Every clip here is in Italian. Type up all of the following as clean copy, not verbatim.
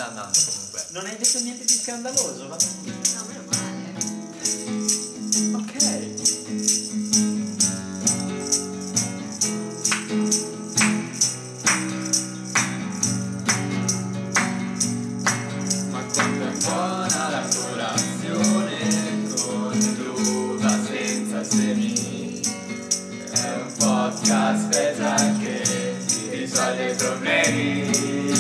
sta andando comunque. Non hai detto niente di scandaloso, va bene. No, meno male. Ok. Ma quanto è buona la colazione con l'uva senza semi. È un podcast special che ti risolve i problemi.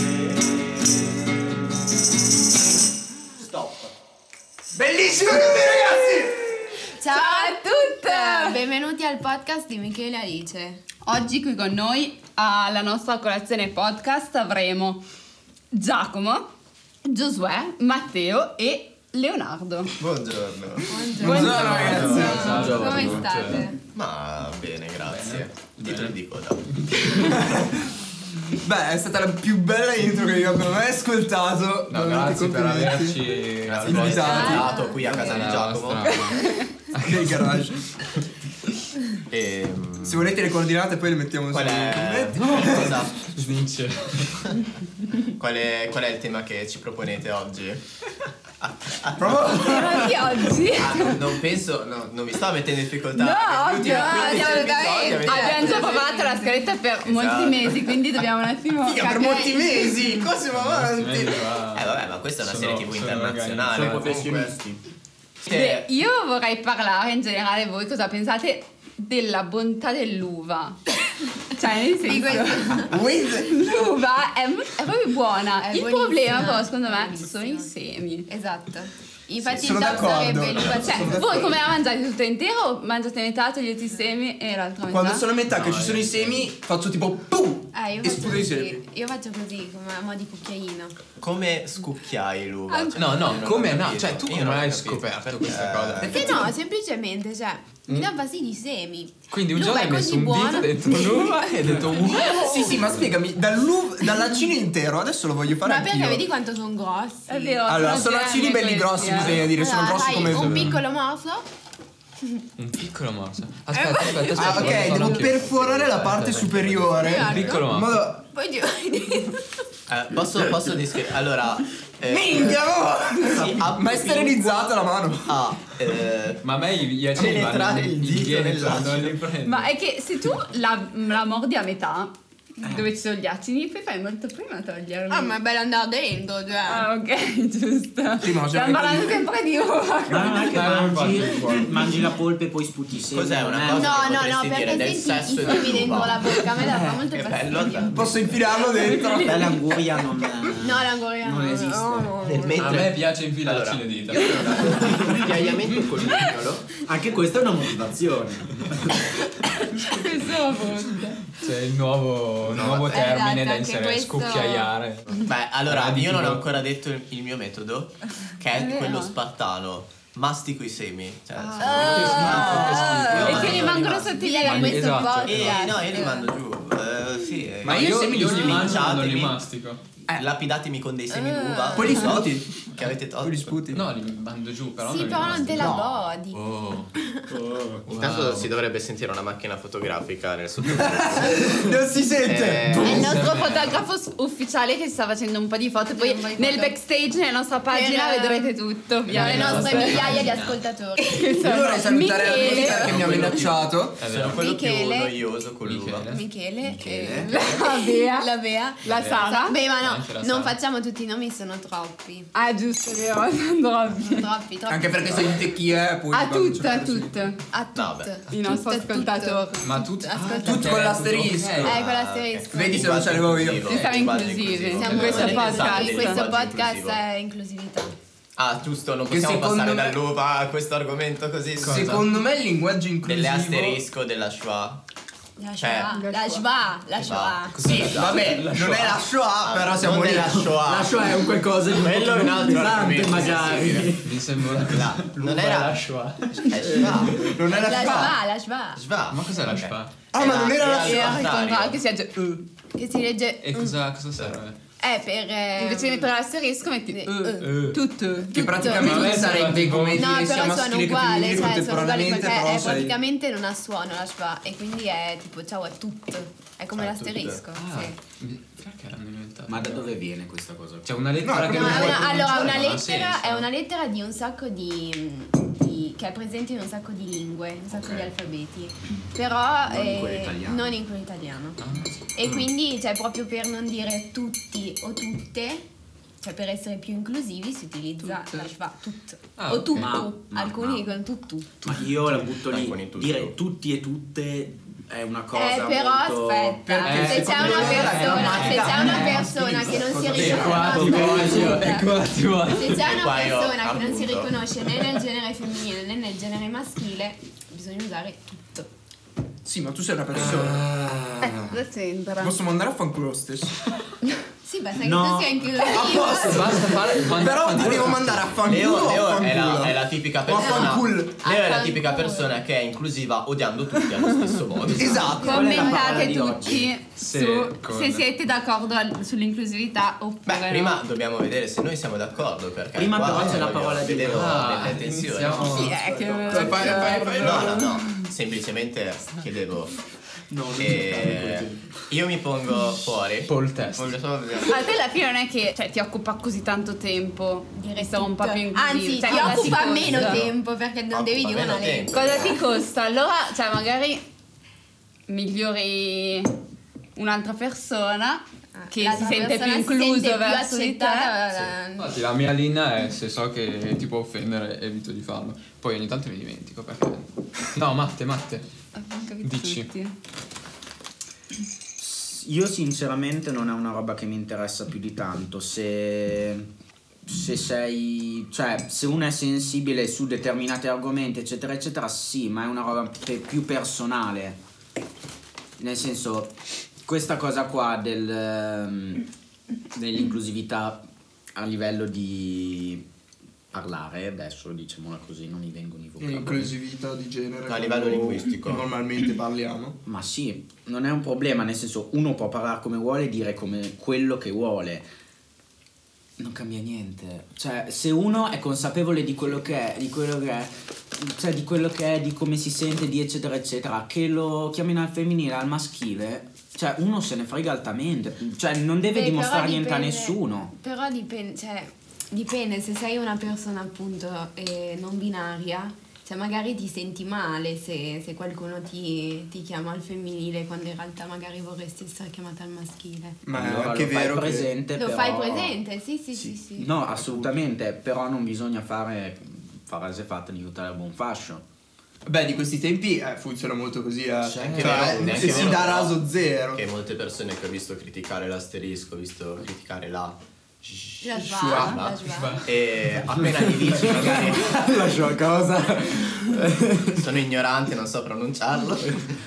Stop. Bellissimo con te, ragazzi! Ciao a tutti! Benvenuti al podcast di Michele e Alice. Oggi qui con noi alla nostra colazione podcast avremo Giacomo, Giosuè, Matteo e Leonardo. Buongiorno. Buongiorno, ragazzi. Buongiorno. Come state? Ma bene, grazie. Titoli di coda. Beh, è stata la più bella intro che io abbia mai ascoltato. No, Veramente grazie per complimenti. averci Grazie per essere Invitati. stato qui a casa di Giacomo. Anche il garage. E Se volete le coordinate poi le mettiamo qual sui è commenti. cosa? Svince. Qual è il tema che ci proponete oggi? Tema di oggi. Non penso, no, non vi sto mettendo in difficoltà. No, Gli ultimi ovvio, 15 episodi avete Abbiamo già detto- provato la scaletta per molti Esatto. mesi, quindi dobbiamo un attimo Figa, per capire. molti mesi. Cosa siamo avanti? Vabbè, ma questa è una serie TV internazionale. Sono comunque. professionisti. Beh, io vorrei parlare in generale, voi cosa pensate della bontà dell'uva? Cioè, nel Di senso, Wiz. l'uva è proprio buona. È Il buonissima. problema però secondo me Buonissima. sono i semi. Esatto. Infatti sono il top d'accordo. sarebbe l'uva. Cioè, Sono voi d'accordo. come la mangiate tutto intero o mangiate metà, togliete i semi e l'altra metà? Quando sono a metà che ci sono i semi, faccio tipo PUM! Io E faccio sputo i semi. così. Io faccio così, come a mo' di cucchiaino. Come scucchiai l'uva? Anche- No, io non ho come no? capito. Cioè, tu Io come non ho hai capito. scoperto questa cosa? Perché no, semplicemente, cioè, mi dà fastidio i semi. Quindi un L'uva giorno hai è messo così un buona. dito dentro l'uva e hai detto wow. Sì, ma spiegami, dall'acino intero, adesso lo voglio fare Ma perché anch'io. vedi quanto sono grossi? È vero, Allora, sono grandi acini belli questi, grossi, bisogna dire, sono Allora, grossi fai come un piccolo morso. Un piccolo morso. Aspetta, aspetta. Ah, ok, devo perforare la parte superiore. Un piccolo In morso. modo... Poi ti vai Posso descrivere? Allora, Minchia, sì, ma è sterilizzata la mano. Ma a me gli acini Penetrare vanno il in dito piedi, nell'acino. non li prendo. Ma è che se tu la mordi a metà, dove ci sono gli acini, poi fai molto prima a toglierli. ma è bello andare dentro, cioè. Ah, ok, giusto. Sì, ma Stiamo parlando sempre di uva. Ma non è che Dai, non mangi la polpa e poi sputi i semi. Cos'è una non è- cosa? No, che no, potresti no, dire perché del senti sesso i e semi dell'uva. dentro la bocca, a me dà molto Che bello. fastidio. Posso infilarlo dentro? Beh, l'anguria non... No, l'anguria non esiste. A me piace infilarci Allora, le dita. Schiaiamento col mignolo. Anche questa è una motivazione. Questo appunto. C'è il nuovo termine esatto, da anche inserire, questo- scucchiaiare. Beh, allora, Radici io non ho proprio. ancora detto il mio metodo, che è vero? quello spartano. Mastico i semi. Cioè, E che io rimangono li sottili Via da alla questo Esatto. podcast. No, io li mando giù. Sì. Ma No, io i semi io li li mangio ma non li sminciatemi. mastico. Lapidatemi con dei semi d'uva. Poi li no? sputi. Che avete tolto. Poi li sputi. No, li mando giù, però Sì, non li però non te mastico. la godi. Oh. Intanto si dovrebbe sentire una macchina fotografica nel sottofondo. Non si sente. È il nostro fotografo ufficiale che ci sta facendo un po' di foto. Poi Un po' di nel foto. backstage, nella nostra pagina, Per- vedrete tutto. Per le nostre migliaia di ascoltatori. Io vorrei salutare la Michele. critica che mi ha minacciato. È Sono vero. quello più Michele. noioso con l'uva. Michele. Michele. La Bea. La Bea. La Sara. Beh, ma no, Anche la non Sara. facciamo tutti i nomi, sono troppi. Ah, giusto, è vero. Sono troppi. Troppi, troppi. Anche perché se dite chi è, poi... A quando tutte, a c'è- tutte. A No, tutte. I nostri ascoltatori. Ma tutti Tutto con l'asterisco. Con l'asterisco. Vedi se non ce l'avevo io. Ci siamo inclusivi. Siamo questo inclusivi. podcast. Questo podcast inclusivo. è inclusività. Ah, giusto, non Che possiamo secondo passare me- dall'uva a questo argomento così. Secondo me il linguaggio inclusivo... Dell'asterisco della schwa. La Cioè, Shoah. La Shoah. La Shoah. Sì, vabbè, non è la Shoah, però siamo non lì. è la Shoah. La Shoah è un qualcosa di Quello è un altro pesante, argomento, magari. Mi sembra Non era la Shoah. È schwa. Non è la La Shoah. Shoah. La Shoah. Schwa. Ma cos'è la Ok. Shoah? Ah, ma non era la E al al contrario. contrario, che si legge Che si legge. E cosa serve? È per. Invece di mettere l'asterisco metti tutto. Che Ma a praticamente me sembra sarebbe tipo- come No, dire sia però sono maschile che uguali, femminile cioè sono uguali contemporaneamente, perché però è sai... praticamente non ha suono la schwa e quindi è tipo ciao a tutto. È come Ciao a l'asterisco. Ah, Sì. perché non mi inventato. Ma da dove viene questa cosa? C'è una lettera No, che no, non No, puoi allora, pronunciare, una non ha lettera senso. è una lettera di un sacco che è presente in un sacco di lingue, un sacco Ok. di alfabeti. Però Non in quello italiano. non in quello italiano. Ah, sì. E quindi, cioè, proprio per non dire tutti o tutte, cioè per essere più inclusivi si utilizza Tutte. la schwa, tut. Ah, O ok. tutto. Ma- Alcuni ma- dicono tutto. Ma io la butto Alcuni lì. tutti. Dire tutti e tutte è una cosa Però molto... aspetta, Perché se c'è secondo una me è persona, se c'è una persona che non si riconosce, se c'è E una qua io, persona che non si appunto. riconosce né nel genere femminile né nel genere maschile, bisogna usare tutto. Sì, ma tu sei una persona. Cosa c'entra? Possiamo andare a fanculo lo stesso. Sì, basta che No. tu sia inclusivo. Basta fare. Però ti devo mandare a fanculo Leo, o Leo a fanculo? è la tipica O a persona. fanculo. Leo è la tipica fanculo. persona che è inclusiva odiando tutti allo stesso modo. Esatto. Qual è la parola Commentate di tutti Sì, su con- se siete d'accordo sull'inclusività oppure Beh, prima dobbiamo vedere se noi siamo d'accordo, perché Prima qua però c'è la voglio- parola di vedevo Ah, delle tensioni. iniziamo. Sì, è che Fai. No, semplicemente chiedevo. No, non Io mi pongo fuori. Paul test. Voglio solo vedere. a te alla fine non è che ti occupa così tanto tempo di essere un po' più inclusivo. Anzi, Cioè, ti cosa occupa costa? meno tempo perché non Occupa devi dire meno una tempo. lettera. Cosa ti costa? Allora, cioè magari migliori un'altra persona che L'altra si sente più persona si incluso sente più verso di te. accettata. Infatti la mia linea è se so che ti può offendere evito di farlo. Poi ogni tanto mi dimentico perché. No, Matte. Abbiamo capito Dici. tutti. Io sinceramente non è una roba che mi interessa più di tanto. Se sei, cioè, se uno è sensibile su determinati argomenti, eccetera, eccetera, sì, ma è una roba più personale. Nel senso, questa cosa qua dell'inclusività a livello di parlare, adesso diciamola così, non mi vengono i vocaboli. Inclusività di genere. A livello quando linguistico. Normalmente parliamo. Ma sì, non è un problema, nel senso uno può parlare come vuole e dire come quello che vuole. Non cambia niente. Cioè, se uno è consapevole di quello che è, di quello che è, di come si sente, di eccetera eccetera, che lo chiamino al femminile, al maschile, cioè uno se ne frega altamente. Cioè, non deve Beh, dimostrare però niente a dipende- nessuno. Però dipende, cioè, dipende se sei una persona appunto non binaria, cioè magari ti senti male se qualcuno ti chiama al femminile quando in realtà magari vorresti essere chiamata al maschile. Ma Allora è anche lo fai vero che... presente, Lo però- fai presente? Sì. No, assolutamente, però non bisogna fare frase fatta di tutta la buon fascio. Beh, di questi tempi funziona molto così. Anche Cioè, vero, neanche se si vero, dà però, raso zero. Che molte persone che ho visto criticare l'asterisco, ho visto criticare la La schwa, schwa. e appena gli dici magari La sua cosa. sono ignorante, non so pronunciarlo,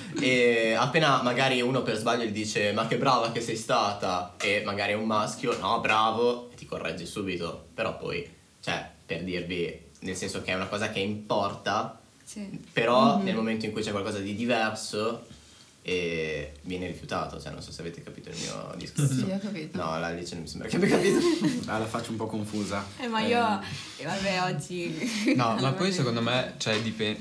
e appena magari uno per sbaglio gli dice ma che brava che sei stata, e magari è un maschio, no bravo, e ti correggi subito, però poi, cioè, per dirvi, nel senso che è una cosa che importa, Sì. però nel momento in cui c'è qualcosa di diverso e viene rifiutato, cioè non so se avete capito il mio discorso. Sì, ho capito. No, la Alice non mi sembra che abbia capito. La faccio un po' confusa. Ma io, vabbè, oggi... No, ma poi secondo me, cioè, dipende.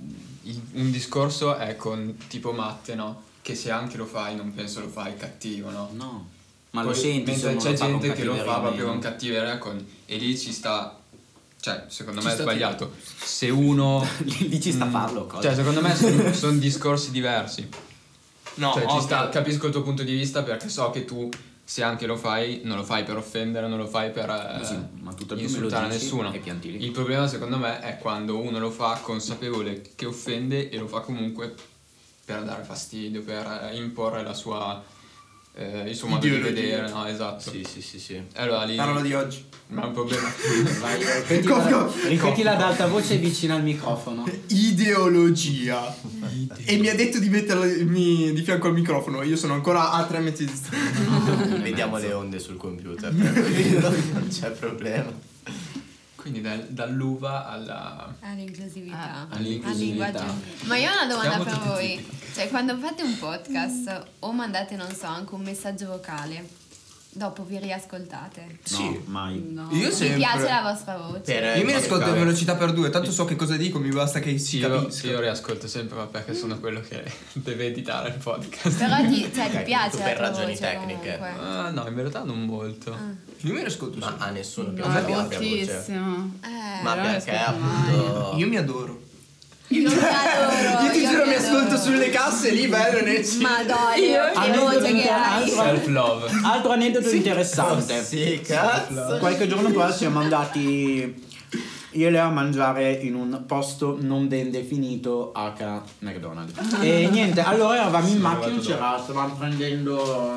Un discorso è con tipo Matte, no? Che se anche lo fai, non penso lo fai cattivo, no? No. Ma Poi, lo senti se mentre uno c'è lo fa con gente che lo fa cattiveria o proprio meno. con cattiveria e lì ci sta. Cioè, secondo Ci me è sta sbagliato. Se uno. Lì ci sta a farlo, cosa. Cioè, secondo me sono discorsi diversi. No, Cioè, ci ovvio. sta, capisco il tuo punto di vista perché so che tu, se anche lo fai, non lo fai per offendere, non lo fai per Sì, ma tutto il più me lo insultare dici nessuno. e pianti lì. Il problema secondo me è quando uno lo fa consapevole che offende e lo fa comunque per dare fastidio, per imporre la sua il suo modo di Ideologia. vedere, no? Esatto. Sì. E allora lì Parola di oggi. non è un problema. Vai, Cofio. ripetila ad alta voce vicino al microfono. Ideologia. E mi ha detto di metterla di fianco al microfono. Io sono ancora a 3 metri di distanza. Vediamo le onde sul computer, non c'è problema. Quindi dall'uva alla All'inclusività. All'inclusività. Al linguaggio. Ma io ho una domanda Stiamo per tutti voi. Cioè, quando fate un podcast o mandate, non so, anche un messaggio vocale, dopo vi riascoltate? Sì. No, mai. No. Io Vi sempre. piace la vostra voce? Io mi ascolto a velocità per 2, tanto so che cosa dico, mi basta che si Io capisca. riascolto sempre, ma perché sono quello che deve editare il podcast. Però ti piace tu la per tua ragioni voce tecniche. comunque. Ah, no, in verità non molto. Io mi ascolto Ma sempre. a nessuno No, piace la mia voce. moltissimo. Ma però perché ascolto appunto... Io mi adoro. Io mi adoro. Io ti giuro mi adoro. ascolto sulle casse lì, bello nel cielo. Madonna, che Aneddoto voce che hai. Self-love. Altro aneddoto interessante. Sì, cazzo. Qualche giorno fa siamo andati io e Lea a mangiare in un posto non ben definito H McDonald's. E niente, allora eravamo in macchina, stavamo prendendo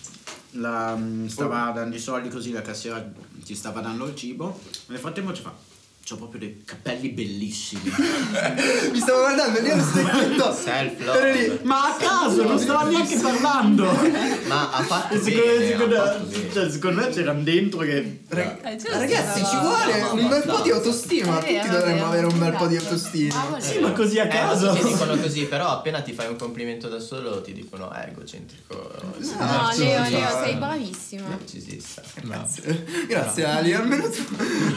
stava dando i soldi così, la cassiera ci stava dando il cibo. Nel frattempo ci fa: c'ho proprio dei capelli bellissimi. Mi stavo guardando lì allo specchietto. Self-love. Ero lì. Ma a caso, non stava neanche parlando. Ma ha fatto Secondo bene, ha fatto bene. cioè, secondo me c'erano dentro che Ragazzi, ci vuole No, un bel po' di abbastanza. autostima. Tutti vero, dovremmo vero. avere un bel po' di autostima. sì, ma così a Ma caso. tutti dicono così, però appena ti fai un complimento da solo ti dicono egocentrico. No, Leo, sei bravissimo. Ci si sta. Grazie Ali, almeno tu.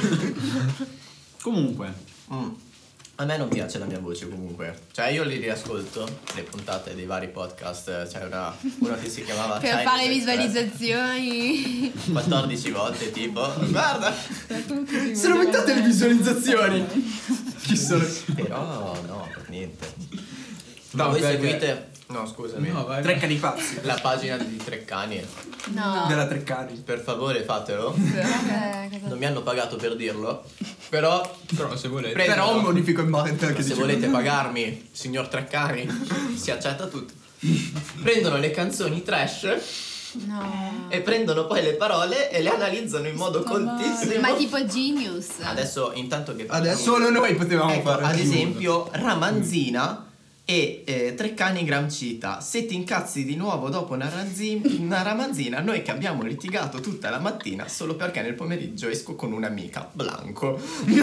Comunque, A me non piace la mia voce comunque. Cioè io li riascolto, le puntate dei vari podcast. C'è una che si chiamava Per China fare Express, visualizzazioni. 14 volte tipo. Guarda! Sono aumentate le visualizzazioni. Chi sono? Però no, per niente. No, Ma voi perché- seguite... No, scusami. No, vai. Tre cani pazzi. La pagina di Treccani. No. Della Treccani. Per favore fatelo. Cosa- Non mi hanno pagato per dirlo. Però Però se volete. Però un bonifico in banca che se dice. volete pagarmi, signor Treccani, si accetta tutto. Prendono le canzoni trash No. e prendono poi le parole e le analizzano in modo coltissimo. Ma tipo Genius. Adesso intanto che Adesso solo noi potevamo ecco, fare. ad più. esempio Ramanzina e Treccani Gramcita. Se ti incazzi di nuovo dopo una ramanzina, noi che abbiamo litigato tutta la mattina solo perché nel pomeriggio esco con un'amica Blanco.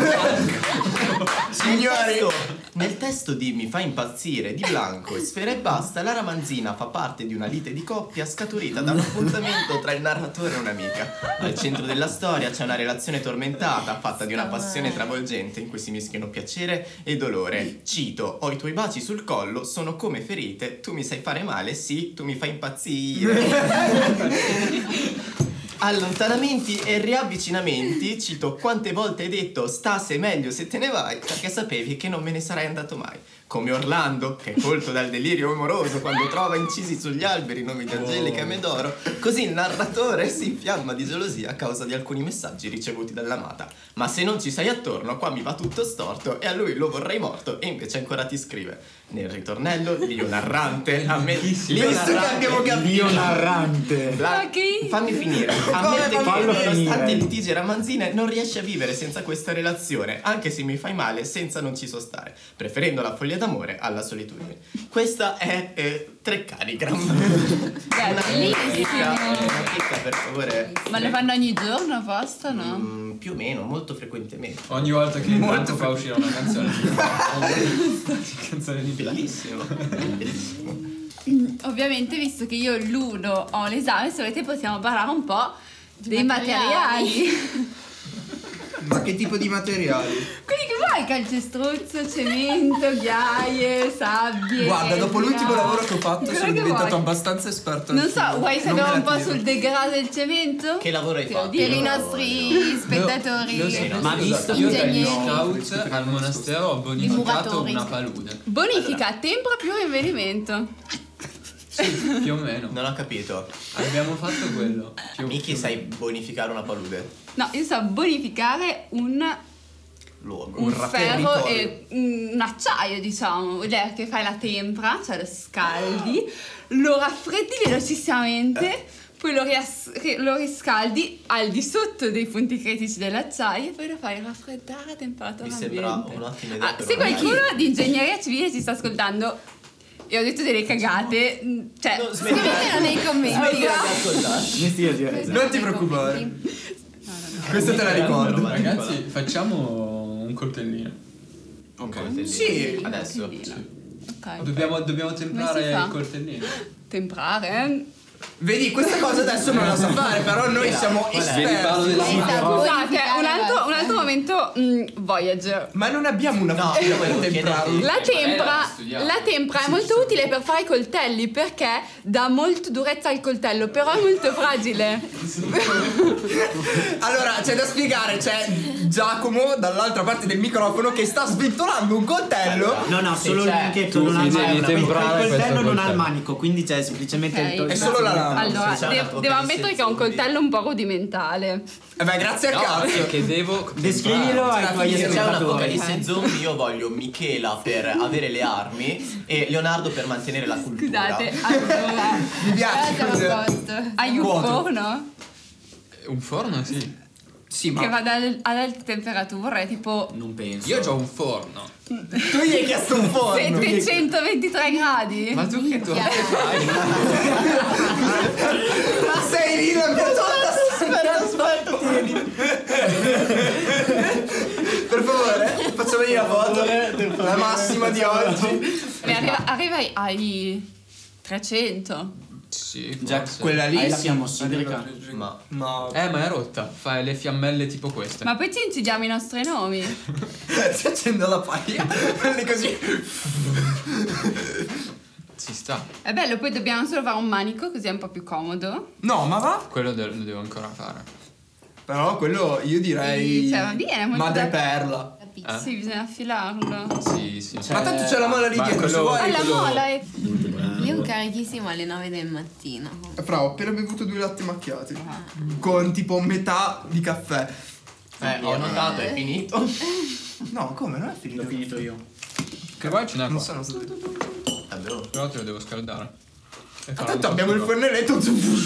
Signori. Nel testo di Mi fa impazzire di Blanco e Sfera e Basta, la ramanzina fa parte di una lite di coppia scaturita da un appuntamento tra il narratore e un'amica. Al centro della storia c'è una relazione tormentata fatta di una passione travolgente in cui si mischiano piacere e dolore. Cito: ho i tuoi baci sul collo, sono come ferite, tu mi sai fare male, sì, tu mi fai impazzire. Allontanamenti e riavvicinamenti, cito: quante volte hai detto stase meglio se te ne vai, perché sapevi che non me ne sarei andato mai. Come Orlando, che è colto dal delirio amoroso quando trova incisi sugli alberi i nomi di Angelica e Medoro, così il narratore si infiamma di gelosia a causa di alcuni messaggi ricevuti dall'amata. Ma se non ci sei attorno, qua mi va tutto storto e a lui lo vorrei morto e invece ancora ti scrive. Nel ritornello, Dio narrante, a me... Visto che abbiamo capito. Dio narrante. Ma che- Fammi finire. Ammette che fallo nonostante finire. litigi e ramanzine non riesci a vivere senza questa relazione, anche se mi fai male senza non ci so stare, preferendo la follia d'amore alla solitudine. Questa è Treccanigram. Una chicca, per favore. Ma lo fanno ogni giorno, basta, no? Più o meno, molto frequentemente. Ogni volta che intanto fa uscire una canzone. Canzone di Bellissimo. Bellissimo. Ovviamente, visto che io l'uno ho l'esame, se volete possiamo parlare un po' dei materiali. materiali. Ma che tipo di materiali? Quelli che vuoi, calcestruzzo, cemento, ghiaie, sabbie. Guarda, dopo resina. l'ultimo lavoro che ho fatto Quello sono che diventato vuoi. abbastanza esperto. Non al so, film. vuoi Non sapere me la un po' tiro. sul degrado del cemento? Che lavoro hai Te lo fatto? dico. Per i nostri spettatori. Ma visto Io dagli Ingegneri. scout al monastero ho bonificato muratori. una palude. Bonifica, tempra più rinvenimento. Più o meno. Non ho capito. Abbiamo fatto quello. Miki, sai bonificare una palude? No, io so bonificare un Luogo. un Un ferro territorio. e un acciaio, diciamo, cioè che fai la tempra, cioè lo scaldi, lo raffreddi velocissimamente, poi lo riscaldi al di sotto dei punti critici dell'acciaio e poi lo fai raffreddare a temperatura Mi ambiente. sembra un'ottima idea. per Se un qualcuno ragazzo. di ingegneria civile ci sta ascoltando e ho detto delle cagate, cioè No, smettila. Scrivetelo nei commenti. Smettila di ascoltarci. Non ti preoccupare. Questa te la ricordo. Ma ragazzi, facciamo un coltellino. Ok. Sì. Adesso. Ok. Dobbiamo Come si temprare fa? il coltellino. Temprare? Vedi, questa cosa adesso non la sa fare, però noi siamo Vi parlo esperti. della Scusate, un altro momento Voyager. Ma non abbiamo una No, fucina io volevo per temprarlo. chiederti- La tempra è molto utile per fare i coltelli perché dà molto durezza al coltello, però è molto fragile. Allora, c'è da spiegare, c'è Giacomo dall'altra parte del microfono che sta sventolando un coltello. No, Sì, solo il c'è. lucchetto, Tu non ha il devi manico. temprare Il coltello questo non ha il coltello. manico, quindi c'è semplicemente Ok. il È solo la lama. Allora, c'è una bocca devo di ammettere che è un sezioni. coltello un po' rudimentale. Beh, grazie al No, cazzo. è che devo Descrivilo ai tuoi Se c'è una spettatori. apocalisse zombie, io voglio Michela per avere le armi e Leonardo per mantenere la cultura. Scusate, allora, Mi piace. Siamo a posto. hai un Vuoto. forno Un forno, sì. Sì, che ma va ad alte temperature, tipo Non penso. Io ho un forno. tu gli hai chiesto un forno. 723 gradi. Ma tu che Minchia. fai? Ma sei lì la mia Aspetta, tieni. Per favore, facciamo io la foto. La massima di oggi. Arriva ai 300. Sì, Già, forse. Quella lì. Hai la sì. fiammossidrica? Ma Ma Ma è rotta. Fai le fiammelle tipo queste. Ma poi ci incidiamo i nostri nomi. si accende la paglia. Quelle così. Ci sta. È bello, poi dobbiamo solo fare un manico così è un po' più comodo. No, ma va. Quello lo devo ancora fare. Però quello io direi. Sì, cioè, va bene, molto madreperla. Sì, bisogna affilarlo. Sì, sì. Ma tanto c'è la molla lì Ma dietro. Se quello- vuoi. La mola è... Io carichissimo alle 9 del mattino. Fra, ho appena bevuto 2 latte macchiati. Con tipo metà di caffè. ho notato, è finito. No, come? Non è finito. L'ho finito io. Che vuoi ce n'è Non qua. sono stato. Davvero? Però te lo devo scaldare. E farò Tanto un abbiamo il sacco fornelletto.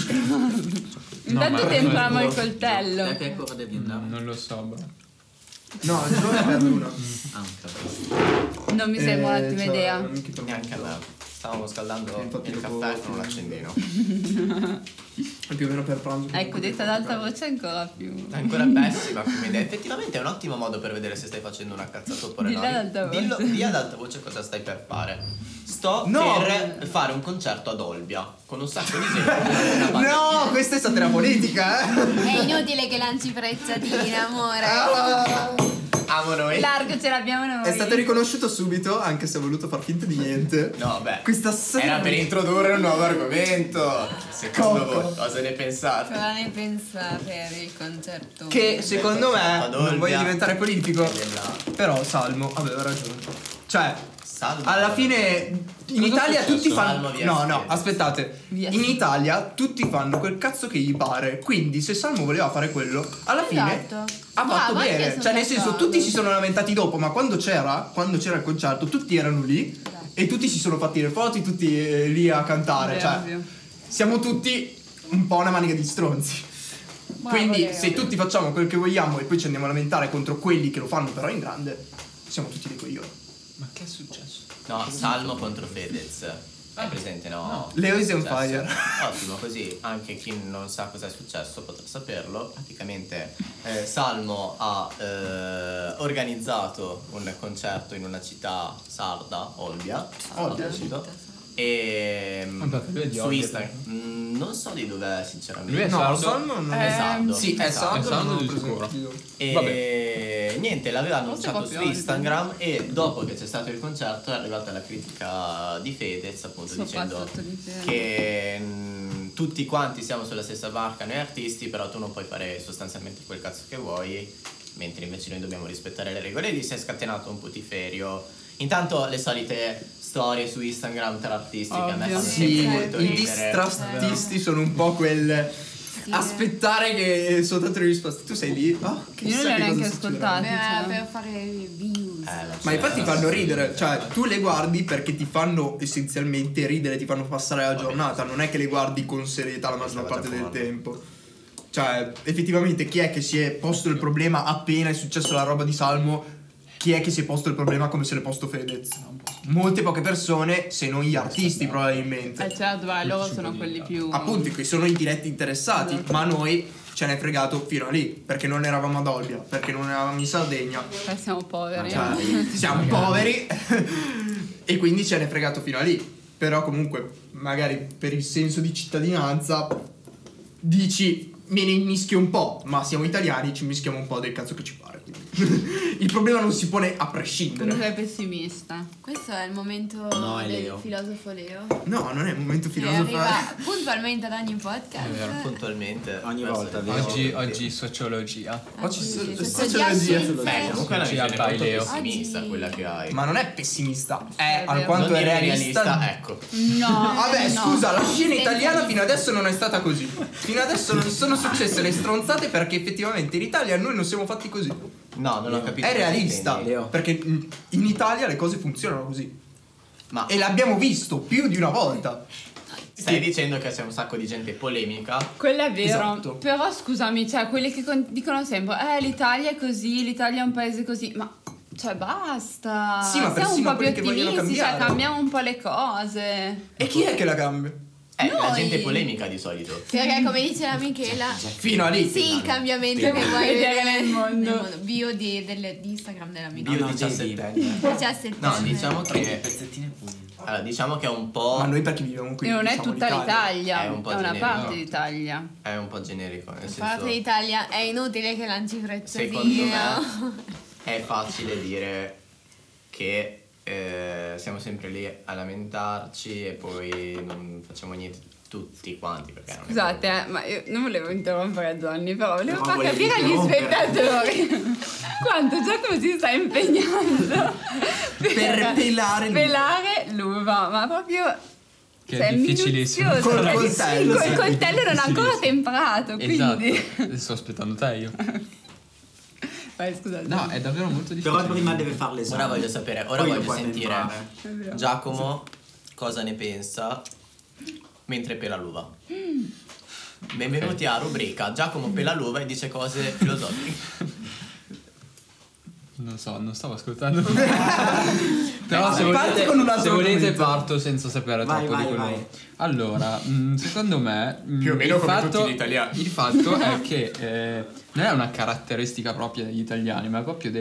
Intanto ma- tempriamo il Da coltello. che cosa devi andare? Non lo so, bro. No, il giorno per una. Ah, ok. Non mi sembra un'ottima idea. Neanche a me. Stavamo scaldando Infatti il dopo- caffè con un accendino. È più o meno per pranzo. Ecco, detta ad alta voce ancora più. È ancora pessima come idea. Effettivamente è un ottimo modo per vedere se stai facendo una cazzata oppure Dillo no. ad alta voce. Di ad alta voce cosa stai per fare. Sto No. per fare un concerto ad Olbia con un sacco di gente. No, questa è satira politica, eh. È inutile che lanci frezzatine, amore. Amo noi. Largo ce l'abbiamo noi. È stato riconosciuto subito, anche se ha voluto far finta di niente. No, beh. Questa satira. Era per introdurre un nuovo argomento. Secondo Cocco. voi cosa ne pensate? Cosa ne pensate del concerto? Che secondo me, Ad non voglio Olbia. diventare politico, Della- però Salmo aveva ragione. Cioè, Salmo. alla fine in Cosa è Italia successo? tutti fanno. Salmo via No, no, Spiezia. aspettate. Via In Italia tutti fanno quel cazzo che gli pare. Quindi se Salmo voleva fare quello, alla fine Esatto. ha fatto Bravo, anche io bene. sono Cioè, nel senso, d'accordo. tutti si sono lamentati dopo, ma quando c'era il concerto, tutti erano lì e tutti si sono fatti le foto, tutti lì a cantare. Ovvio, Cioè, ovvio. siamo tutti un po' una manica di stronzi. Bravo, Quindi Leo. se tutti facciamo quel che vogliamo e poi ci andiamo a lamentare contro quelli che lo fanno però in grande, siamo tutti dei coglioni. Ma che è successo? No, Salmo contro Fedez. Hai presente, no? Leo is on Successo. fire. Ottimo, così anche chi non sa cosa è successo potrà saperlo. Praticamente Salmo ha organizzato un concerto in una città sarda, Olbia. Olbia, sì. E Vabbè, lui è di su Olbia, Instagram non so di dov'è sinceramente. Lui è No, sardo? Salmo non È sardo. Sì, è sardo, sardo non di ho sicuro. presente. E niente, l'aveva Forse annunciato proprio su oggi. Instagram e dopo che c'è stato il concerto è arrivata la critica di Fedez appunto dicendo Soprattutto di Fedez. che tutti quanti siamo sulla stessa barca noi artisti, però tu non puoi fare sostanzialmente quel cazzo che vuoi, mentre invece noi dobbiamo rispettare le regole. E lì si è scatenato un putiferio. Intanto le solite storie su Instagram tra artisti che a me Ovvio. fanno Sì, sempre molto i ridere. distrastisti sono un po' quel aspettare che soltanto le risposte. Tu sei lì? Oh, che Io non chissà li ho che cosa neanche succederà. ascoltati. Per fare views. Ma infatti fanno ridere, cioè tu le guardi perché ti fanno essenzialmente ridere, ti fanno passare la giornata, non è che le guardi con serietà la maggior parte del tempo. Cioè, effettivamente chi è che si è posto il problema appena è successo la roba di Salmo? Chi è che si è posto il problema come se l'è posto Fedez? Molte poche persone, se non gli artisti probabilmente. Certo, vai, loro sono quelli più... Appunto, che sono i diretti interessati, ma a noi ce n'è fregato fino a lì, perché non eravamo ad Olbia, perché non eravamo in Sardegna. Siamo poveri. Cioè, siamo poveri e quindi ce n'è fregato fino a lì. però comunque magari per il senso di cittadinanza dici me ne mischio un po', ma siamo italiani, ci mischiamo un po' del cazzo che ci pare, quindi il problema non si pone a Tu prescindere. sei pessimista. Questo è il momento No, è del Leo. filosofo Leo. No, non è il momento Che filosofale. arriva puntualmente ad ogni podcast. È vero. Puntualmente. Ogni verso volta, le vero? cose. Oggi sociologia. Oggi Sì, sociologia. Beh, comunque è una Ci visione abbai, molto Leo. pessimista Oggi- quella che hai. Ma non è pessimista, è vero. alquanto non è dire realista. ecco. No. Vabbè, no. scusa, la scena Sì, italiana sì. fino adesso non è stata così. Fino adesso non sono successe le stronzate perché effettivamente in Italia noi non siamo fatti così. No, non ho capito. È cosa realista, intendi. Leo. perché in Italia le cose funzionano così. Ma E l'abbiamo visto più di una volta. stai dicendo che c'è un sacco di gente polemica? Quello è vero. Esatto. Però scusami, cioè quelli che dicono sempre l'Italia è così, l'Italia è un paese così, ma cioè basta. Sì, ma siamo un persino po' più quelli che vogliono ottimisti, cioè cambiare. cambiamo un po' le cose. E chi è che la cambia? La Noi. gente polemica di solito. Perché come dice la Michela, Fino a lì. sì, il cambiamento Sì. che vuoi Vedere vedere nel mondo. Bio di Instagram della Michela. Bio no, 17enne. 17 No, diciamo che Pezzettine punti. allora, diciamo che è un po' Ma noi perché viviamo qui? E non è diciamo, tutta l'Italia, È un po' è una generico. parte d'Italia. è un po' generico, nel A parte senso l'Italia è inutile che lanci frezzatine. secondo me è facile dire che siamo sempre lì a lamentarci e poi non facciamo niente tutti quanti perché non è Scusate, ma io non volevo interrompere Johnny, però volevo No, far volevi capire agli interrompere. spettatori quanto Giacomo si sta impegnando Per pelare l'uva, ma proprio Che cioè, è difficilissimo. minuzioso, Col cioè, coltello, sì, sì. col coltello non ancora temperato, quindi Esatto. Sto aspettando te io. vai, scusate. No, è davvero molto difficile. Però prima deve fare l'esame. Ora voglio sapere, ora Poi lo voglio puoi sentire entrare. Giacomo cosa ne pensa mentre pela l'uva. Benvenuti a rubrica Giacomo pela l'uva e dice cose filosofiche. Non so, non stavo ascoltando. Però se Parti con un volete, altro se volete argomento. parto senza sapere Vai, troppo vai, di quello. vai. Allora, secondo me Più o meno il come fatto, tutti gli italiani. Il fatto è che non è una caratteristica propria degli italiani, ma è proprio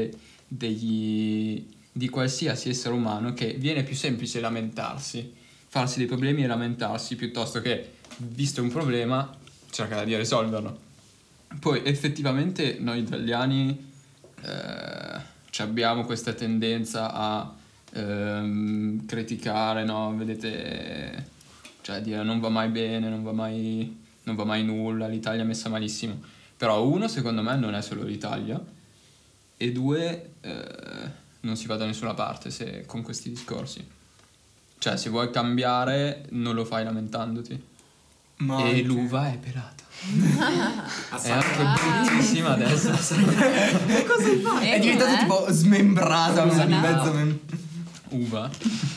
di qualsiasi essere umano che viene più semplice lamentarsi, farsi dei problemi e lamentarsi piuttosto che, visto un problema, cercare di risolverlo. Poi effettivamente noi italiani abbiamo questa tendenza a criticare, no? Vedete, cioè dire non va mai bene, non va mai nulla, l'Italia è messa malissimo. Però uno, secondo me, non è solo l'Italia, e due, non si va da nessuna parte con questi discorsi. Cioè, se vuoi cambiare, non lo fai lamentandoti. Ma E anche- l'uva è pelata. È anche bruttissima adesso. È diventata tipo smembrata, Scusa, di no. mezzo Uva?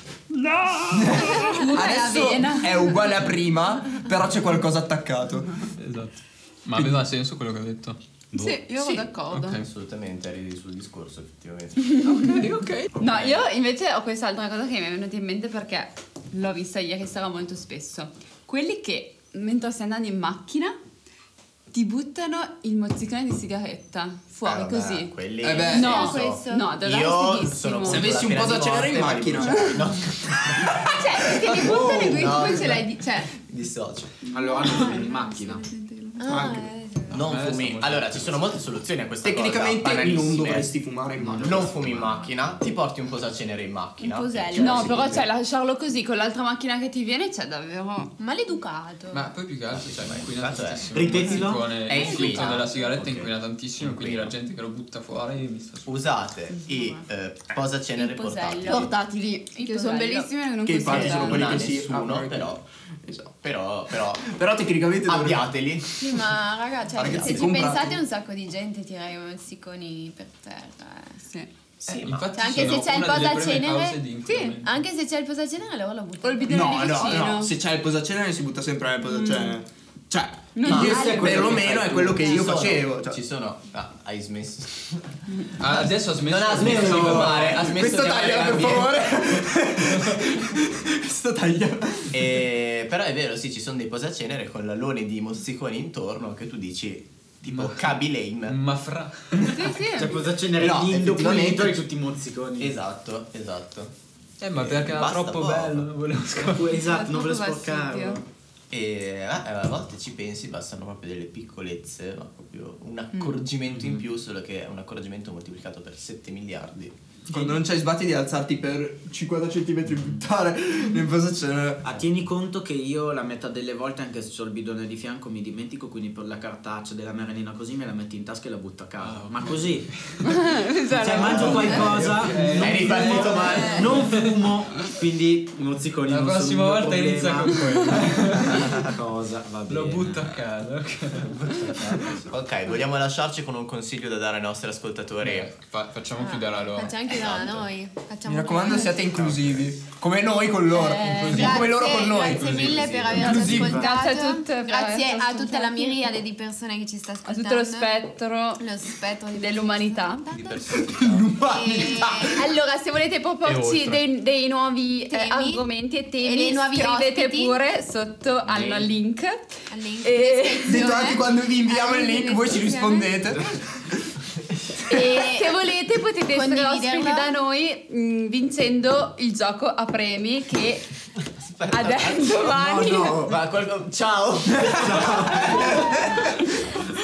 Adesso avena. è uguale a prima, però c'è qualcosa attaccato. Esatto. Ma aveva senso quello che ho detto? Sì, io sono d'accordo. Ok. Assolutamente, ridi sul discorso effettivamente. Ok. No, io invece ho quest'altra cosa che mi è venuta in mente perché l'ho vista ieri sera molto spesso. Quelli che mentre stai andando in macchina ti buttano il mozzicone di sigaretta fuori Vabbè, così. quelli Eh beh, No, questo. no, davvero io fighissimo. sono Se avessi un po' da cenere in macchina. No, Cioè, che li buttano e no. poi ce l'hai cioè dissocio. Allora non fumi in macchina. Non sto fumi. molto Allora, ci sono molte soluzioni a questa Tecnicamente cosa. non banalissime. dovresti fumare in macchina. Non fumi in macchina, ti porti un posacenere in macchina. Un posello. no, però cioè lasciarlo così con l'altra macchina che ti viene, c'è davvero Maleducato. Ma poi più che altro, cioè, inquina tanto è- tantissimo. Ripetilo. Il mozzicone, È il filtro inquina. della sigaretta Ok. inquina tantissimo, quindi Inquina. la gente che lo butta fuori mi sta su. Usate i posacenere Il posello. portatili. portatili, che sono posello. bellissimi e non Che infatti costano. sono quelli Non ha che si nessuno, aprono. però, Esatto. però Però tecnicamente dovrebbe- abbiateli. Sì, ma raga, cioè, Ragazzi, se ci comprate. pensate un sacco di gente tira i mozziconi per terra. Sì. Sì, ma infatti Cioè, anche sono se c'è il una delle prime posacenere, cause di inquinamento. Anche se c'è il posacenere, loro lo O buttano. il bidone No, di no, vicino. no, se c'è il posacenere si butta sempre nel posacenere. Cioè, No, io questo è quello perlomeno che è quello che Ci io sono- facevo. Cioè. Ci sono. Ah, hai smesso. Ah, adesso ha smesso. Non ha smesso di fumare, ha smesso Questo di amare taglia per l'ambiente. favore. Questo taglia. Però è vero, sì, ci sono dei posacenere con l'alone di mozziconi intorno che tu dici tipo Kaby Lame. Ma fra. Sì, sì. Cioè cosa cenere No, lì in effettivamente- documento e tutti i mozziconi. Esatto. Ma perché era Basta troppo poco. bello, non volevo scappare. Esatto, non volevo Troppo sporcarlo. fastidio. E a volte ci pensi, bastano proprio delle piccolezze, ma proprio un accorgimento in più, solo che è un accorgimento moltiplicato per 7 miliardi. Quando non c'hai sbatti di alzarti per 50 centimetri e buttare nel vaso c'è. Tieni conto che io la metà delle volte, anche se ho il bidone di fianco, mi dimentico, quindi per la cartaccia della merendina così me la metto in tasca e la butto a casa. Ma così, cioè mangio qualcosa, Hai ripartito male. non fumo, quindi mozziconi La non sono prossima un mio volta inizia con problema. Cosa, va bene. Lo butto a casa, ok. Ok, vogliamo lasciarci con un consiglio da dare ai nostri ascoltatori? Facciamo chiudere a loro. Facciamo anche da noi. Facciamo Mi raccomando, come- siate inclusivi. Come noi con loro. Come loro con noi. Grazie mille per averci Inclusive. ascoltato. Grazie a tutte per Grazie averci a tutta ascoltato. la miriade di persone che ci sta A ascoltando. tutto lo spettro Lo spettro di dell'umanità. Di persone. Allora, se volete E proporci oltre. dei nuovi Temi. argomenti e E temi, dei nuovi scrivete ospiti. pure sotto al Mail. link. al link E- in descrizione. Detto anche quando vi inviamo il link, voi ci rispondete. E se volete potete essere Condividerlo. ospiti da noi vincendo il gioco a premi che adesso domani No, no. Ciao!